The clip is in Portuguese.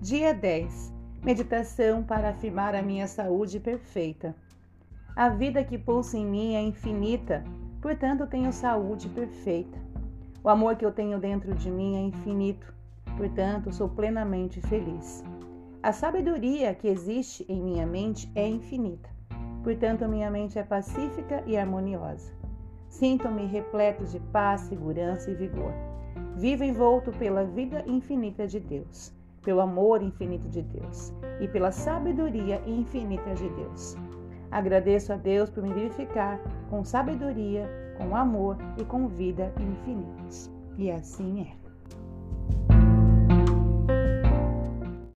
Dia 10. Meditação para afirmar a minha saúde perfeita. A vida que pulsa em mim é infinita, portanto tenho saúde perfeita. O amor que eu tenho dentro de mim é infinito, portanto sou plenamente feliz. A sabedoria que existe em minha mente é infinita, portanto minha mente é pacífica e harmoniosa. Sinto-me repleto de paz, segurança e vigor. Vivo envolto pela vida infinita de Deus, pelo amor infinito de Deus e pela sabedoria infinita de Deus. Agradeço a Deus por me vivificar com sabedoria, com amor e com vida infinitos. E assim é.